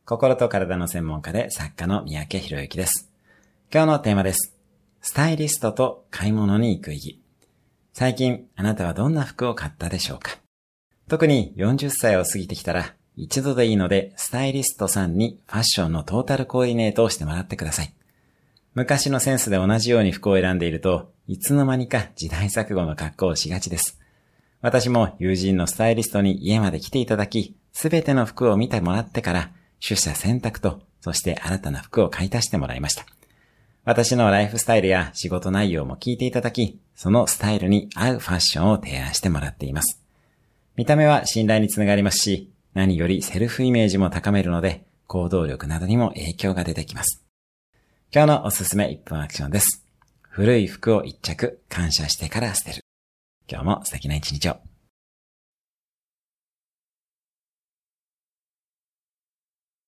心と体の専門家で作家の三宅博之です。今日のテーマです。スタイリストと買い物に行く意義。最近あなたはどんな服を買ったでしょうか？特に40歳を過ぎてきたら一度でいいのでスタイリストさんにファッションのトータルコーディネートをしてもらってください。昔のセンスで同じように服を選んでいるといつの間にか時代錯誤の格好をしがちです。私も友人のスタイリストに家まで来ていただき、すべての服を見てもらってから取捨選択と、そして新たな服を買い足してもらいました。私のライフスタイルや仕事内容も聞いていただき、そのスタイルに合うファッションを提案してもらっています。見た目は信頼につながりますし、何よりセルフイメージも高めるので、行動力などにも影響が出てきます。今日のおすすめ1分アクションです。古い服を1着感謝してから捨てる。今日も素敵な一日を。